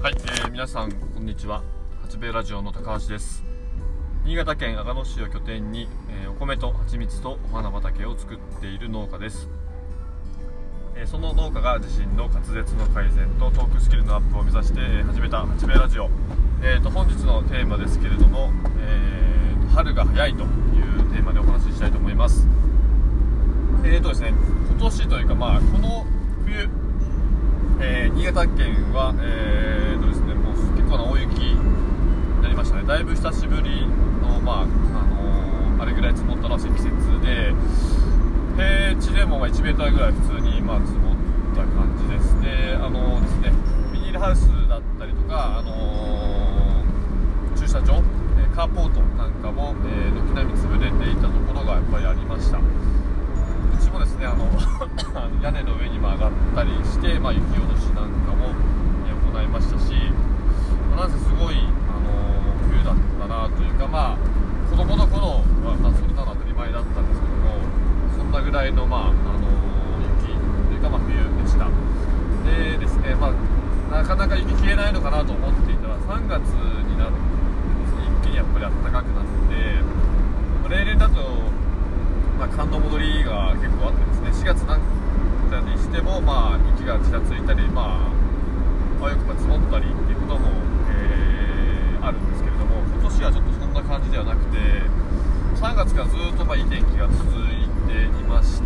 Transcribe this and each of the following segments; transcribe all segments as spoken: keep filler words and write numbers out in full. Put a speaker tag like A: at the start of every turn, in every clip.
A: はい、えー、皆さんこんにちは。八兵衛ラジオの高橋です。新潟県阿賀野市を拠点に、えー、お米と蜂蜜とお花畑を作っている農家です。えー、その農家が自身の滑舌の改善とトークスキルのアップを目指して、えー、始めた八兵衛ラジオ。えー、と本日のテーマですけれども、えー、春が早いというテーマでお話ししたいと思います。えーとですね、今年というか、まあ、この冬、えー、新潟県は、えーとですね、もう結構な大雪になりましたね。だいぶ久しぶりの、まああのー、あれぐらい積もったのは積雪で、平地でもまあいちメーターぐらい普通にまあ積もった感じです。で、あのー、ですね、ビニールハウスだったりとか、あのー、駐車場、えー、カーポートなんかも、えー、軒並み潰れていたところがやっぱりありました。うちもですね、あの屋根の上にも上がったりして、まあ、雪下ろしなんかも、えー、行いましたし、まあ、なんせすごい、あのー、冬だったなというか、まあ、子供の頃は、まあ、それなの当たり前だったんですけども、そんなぐらいの、まああのー、雪というか、まあ、冬でした。でですね、まあ、なかなか雪消えないのかなと思っていたら、さんがつになってですね、一気にやっぱり暖かくなって、まあ、例年だと、まあ、寒の戻りが結構あってですね、しがつなんかにしても、まあ、雪がちらついたり、まあ、まあ、よく積もったりっていうことも、えー、あるんですけれども、今年はちょっとそんな感じではなくて、さんがつからずっとまあいい天気が続いていまして、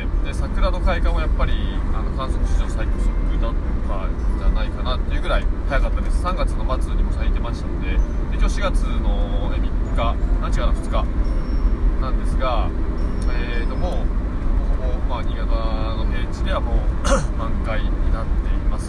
A: で桜の開花もやっぱりあの観測史上最速だったんじゃないかなっていうぐらい早かったです。さんがつの末にも咲いてましたので、で今日しがつのみっか、何日かな、ふつかなんですが、えーともうほぼほぼ、まあ、新潟の平地ではもう満開になっています。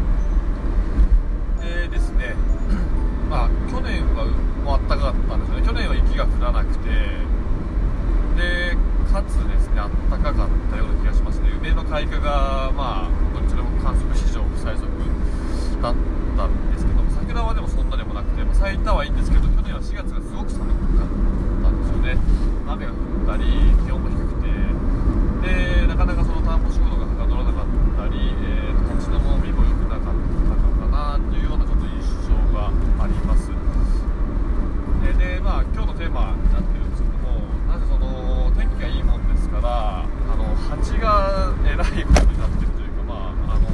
A: でですね、まあ去年はもう暖かかったんですよね。去年は雪が降らなくて、でかつですね、暖かかったような気がしますね。梅の開花がまあ本当にそれも観測史上最速だったんですけども、桜はでもそんなでもなくて、まあ、咲いたはいいんですけど、去年はしがつがすごく寒かったんですよね。雨が降ったり気温も低くて、でなかなかその田んぼ仕事がはかどらなかったり、えー、土地の重みも良くなかったのかなというようなちょっと印象があります。で, でまあ今日のテーマになってるんですけども、なぜその天気がいいもんですから、あの蜂がえらいことになってるというか、まああの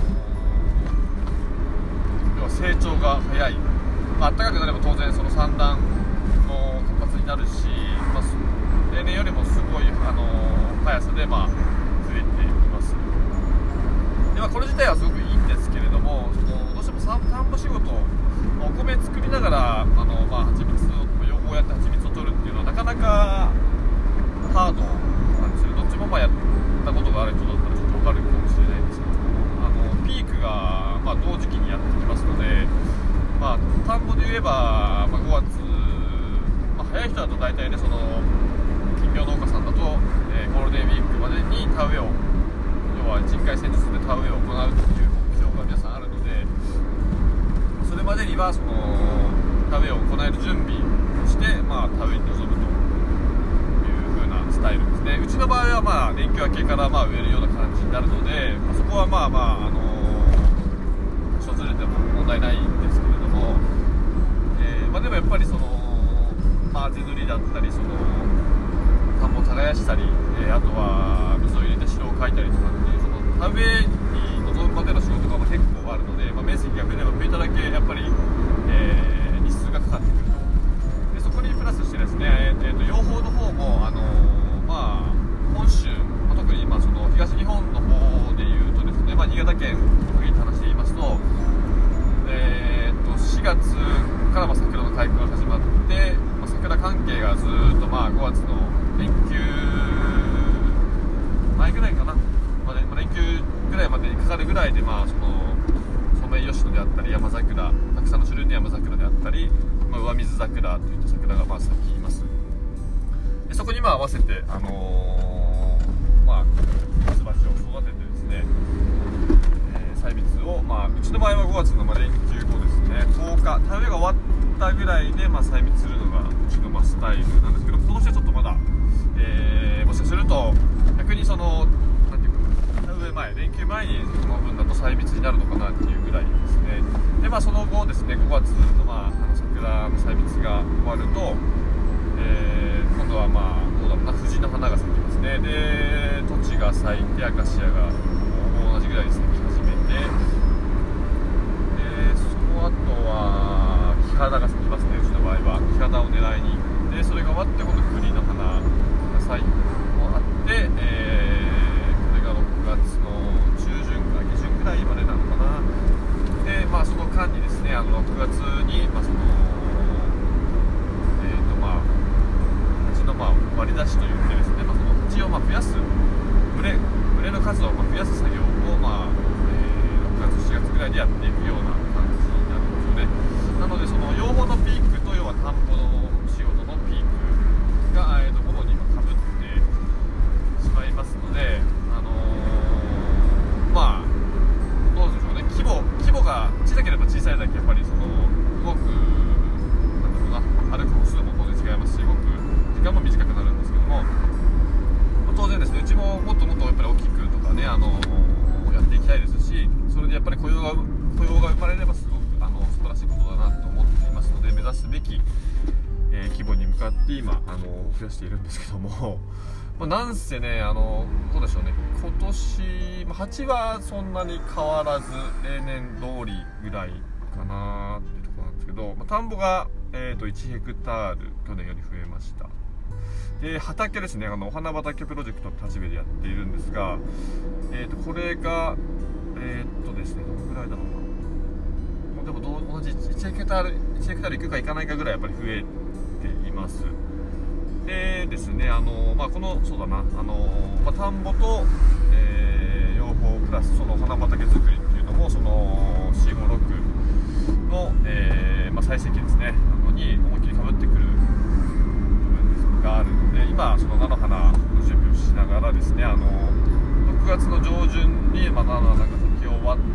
A: 要は成長が早い、まあ、暖かくなれば当然その産卵も活発になるし、まあ、例年よりもすごい、あの速さで、まあ、増えています。で、まあ、これ自体はすごくいいんですけれども、そのどうしても田んぼ仕事、お米作りながらあの、まあ、蜂蜜を養蜂やって蜂蜜を取るっていうのはなかなかハードなんですよ。どっちもまあやったことがある人だったらちょっと分かるかもしれないんですけども、あのピークが、まあ、同時期にやってきますので、まあ、田んぼで言えば、まあ、ごがつ、まあ、早い人だと大体ね、その金魚農家さんだと、えー、ゴールデンウィークまでに田植えを、要は人海戦術で田植えを行うという目標が皆さんあるので、それまでにはその田植えを行える準備をして、まあ、田植えに臨むという風なスタイルですね。うちの場合は、まあ、連休明けからまあ植えるような感じになるので、まあ、そこはまあまあ、あのー、多少ずれても問題ないんですけれども、えーまあ、でもやっぱりその、まあ、地塗りだったり、その田んぼを耕したり、えー、あとは水を入れて城を描いたりとかっていう、その田植えに臨むまでの仕事が結構あるので、まあ、面積が増えれば増えただけやっぱり、えー、日数がかかってくると。でそこにプラスしてですね、えー、と養蜂の方も、あのーまあ、本州、まあ、特に今その東日本の方でいうとですね、まあ、新潟県に限って話で言いますと、えー、としがつからまあ桜の開花が始まって、まあ、桜関係がずっとまあごがつの連休前ぐらいかな、まあねまあ、連休ぐらいまでにかかるぐらいで、まあそのソメイヨシノであったり山桜、たくさんの種類の山桜であったり、まあ、上水桜といった桜がまあ咲きます。でそこにまあ合わせて、あのー、まあミツバチを育ててですね、えー、採蜜を、まあ、うちの場合はごがつのまあ連休後ですね、とおか田植えが終わったぐらいで、まあ、採蜜するのがうちのまあスタイルなんですけど、今年はちょっとまだ、えー、もしかすると逆にそのなんていうか田植え前連休前にその分だと細密になるのかなっていうぐらいですね。でまあその後ですね、ごがつの、まあ、あの桜の細密が終わると、えー、今度はまあどうだろうな、藤の花が咲きますね。でトチが咲いてアカシアが同じぐらいに咲き始めて、でその後はキハダが咲きますね。うちの場合はキハダを狙いに行って、それが終わって今度栗の花が咲いてもあって、えー、これがろくがつの中旬か下旬ぐらいまでなのかな。でまあその間にですね、あのろくがつに、まあ、そのえーとまあ蜂のまあ割り出しといってですね、まあ、その蜂をまあ増やす群れ群れの数をまあ増やす作業を、まあえー、ろくがつしちがつぐらいでやっていくような感じになるんですよね。なのでその養蜂のピークと要は田んぼの仕事のピークが、えー、と午後にかぶってしまいますので、あのー、まあどうでしょうね、規模規模が小さければ小さいだけやっぱりその動くなんだろうな、歩く歩数も当然違いますし、動く時間も短くなるんですけども、当然ですね、うちももっともっとやっぱり大きくとかね、あのー、やっていきたいですし、それでやっぱり雇用が雇用が生まれればすごくあの素晴らしいことだなと思っていますので、目指すべき、えー、規模に向かって今あの増やしているんですけども、まあ、なんせね、あのどうでしょうね、今年、まあ、蜂はそんなに変わらず例年通りぐらいかなっていうところなんですけど、まあ、田んぼが、えー、といちヘクタール去年より増えました。で畑ですね、あのお花畑プロジェクトって立ちでやっているんですが、えー、とこれがえー、っとですねどのぐらいだろうな、でもどう同じいちヘクタールいちヘクタールいくかいかないかぐらいやっぱり増えています。でですね、あのまあ、このそうだな、あの、まあ、田んぼと、えー、養蜂プラスその花畑作りっていうのもそのよんごろくの、えーまあ、最盛期ですね、あのに思いっきりかぶってくる部分があるので、今その菜の花の準備をしながらですね、あのろくがつの上旬に、まあ、菜の花が咲き終わって、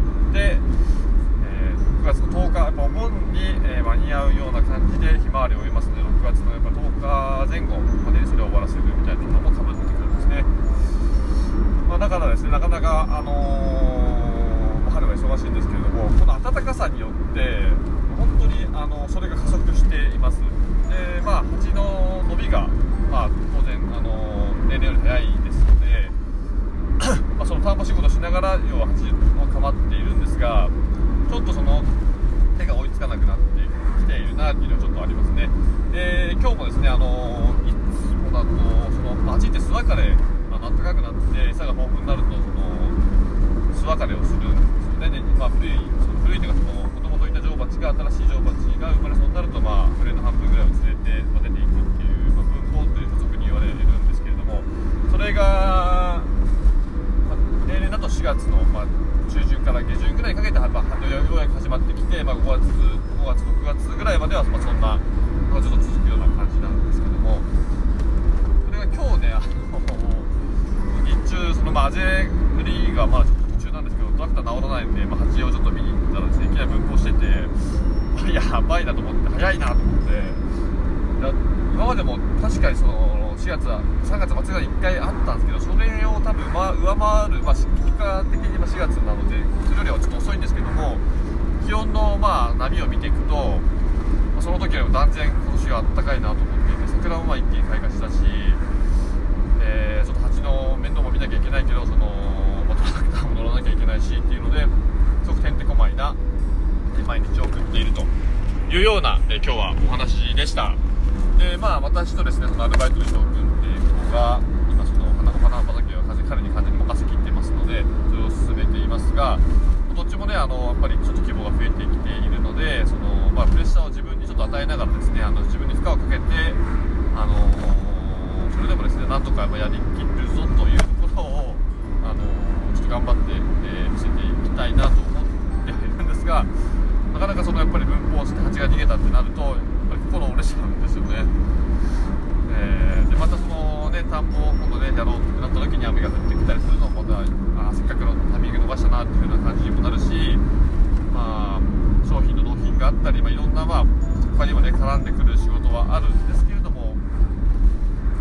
A: えー、ろくがつのとおか、やっぱお盆に、えー、間に合うような感じでひまわりを植えますので、ろくがつのやっぱとおかぜん後までにそれを終わらせるみたいなのもかぶってくるんですね。まあ、だからですね、なかなか、あのー、春は忙しいんですけれども、この暖かさによって本当にあのそれが加速しています。で、まあ、蜂の伸びが、まあ、当然、あのー、例年より早いですのでまあその田んぼ仕事しながら要は蜂をかまっているんですが、ちょっとその手が追いつかなくなってきているなっていうのはちょっとありますね。で今日もですね、あのいつもだとその蜂って巣別れ、あの暖かくなって餌が豊富になるとその巣別れをするんですよね。で、まあ、古いその古いというか、そのもともといた女王蜂が新しい女王蜂が生まれそうになると、まあ群れの半分ぐらいを連れて、まあ、出ていくっていう、まあ、分蜂というと俗に言われるんですけれども、それが例年だとしがつの、まあ、中旬から下旬ぐらいにかけて、まあ、ようやく始まってきて、まあ、ごがつ、ごがつ、ろくがつぐらいまでは、まあ、そんなのがずっと続くような感じなんですけども、それが今日ね、あの日中、その、まあ、あぜ塗りがまだちょっと途中なんですけど、トラクター治らないんで、まあ、蜂をちょっと見に行ったらですね、いきなり分蜂してて、やばいなと思って、早いなと思って、いや今までも確かにそのしがつはさんがつ末がいっかいあったんですけど、それを多分ま上回る、まあ、結果的にしがつなのでそれよりはちょっと遅いんですけども、気温のまあ波を見ていくと、まあ、その時よりも断然今年は暖かいなと思っていて、桜もまあ一気に開花したし、えー、ちょっと蜂の面倒も見なきゃいけないけど、その、まあ、トラクターも乗らなきゃいけないしっていうので、すごくてんてこまいな毎日を送っているというような、えー、今日はお話でした。でまあ、私とですね、そのアルバイトの翔くんっていう子が今その花花畑を彼に完全に任せきってますので、それを進めていますが、どっちもね、あのやっぱりちょっと規模が増えてきているので、その、まあ、プレッシャーを自分にちょっと与えながらですね、あの自分に負荷をかけて、あのー、それでもですね、なんとかやっぱやりきるぞというところを、あのー、ちょっと頑張って、えー、見せていきたいなと思っているんですが、なかなかそのやっぱり分蜂して蜂が逃げたってなると、やっぱり心折れちゃうんですよね。えー、でまたそのね、田んぼを今度ねやろうってなった時に雨が降ってきたりするのもまた、あせっかくのタイミング逃したなっていうような感じにもなるし、まあ商品の納品があったり、まあ、いろんなまあ他にもね絡んでくる仕事はあるんですけれども、ま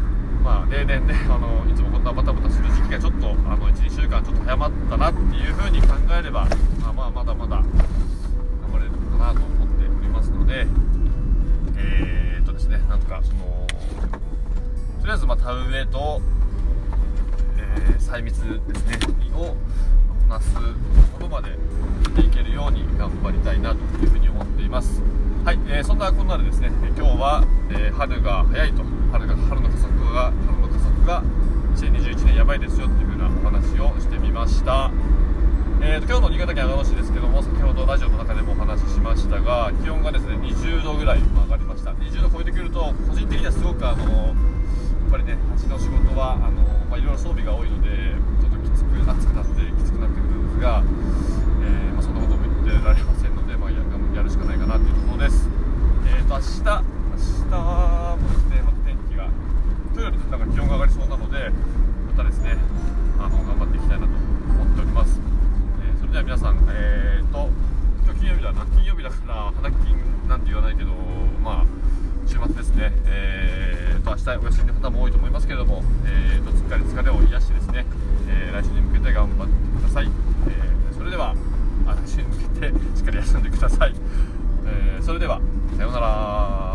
A: まあ例年ね、あのいつもこんなバタバタする時期がちょっとあの いちにしゅうかんちょっと早まったなっていうふうに考えれば、まあ、まあまだまだ頑張れるのかなと思っておりますので、えー、っとですねなんかそのとりあえずまあ田植えと、えー、細密ですねをこなすものまでしていけるように頑張りたいなというふうに思っています。はい、えー、そんなこんなでですね、今日は、えー、春が早いと、春が春の加速が春の加速がにせんにじゅういちねんやばいですよっていう風なお話をしてみました。えーと、今日の新潟県阿賀野市ですけども、先ほどラジオの中でもお話ししましたが、気温がですねにじゅうどぐらい上がりました。にじゅうど超えてくると個人的にはすごくあのやっぱりね、蜂の仕事はあの、まあ、いろいろ装備が多いのでちょっときつく暑くなってきつくなってくるんですが、えーまあ、そんなことも言ってられませんので、まあ、や, やるしかないかなというところです。えーと明日明日もですね、また天気が今日よりなんか気温が上がりそうなので、またですねあの頑張っていきたいなと思っております。えー、それでは皆さん、えーと今日金曜日だな金曜日だから花金なんて言わないけど、まあ週末ですね。えーと明日お休みの方も多いと思いますけれども、えーと疲れ疲れを癒してですね、えー、来週に向けて頑張ってください。えー、それでは来週に向けてしっかり休んでください。えー、それではさようなら。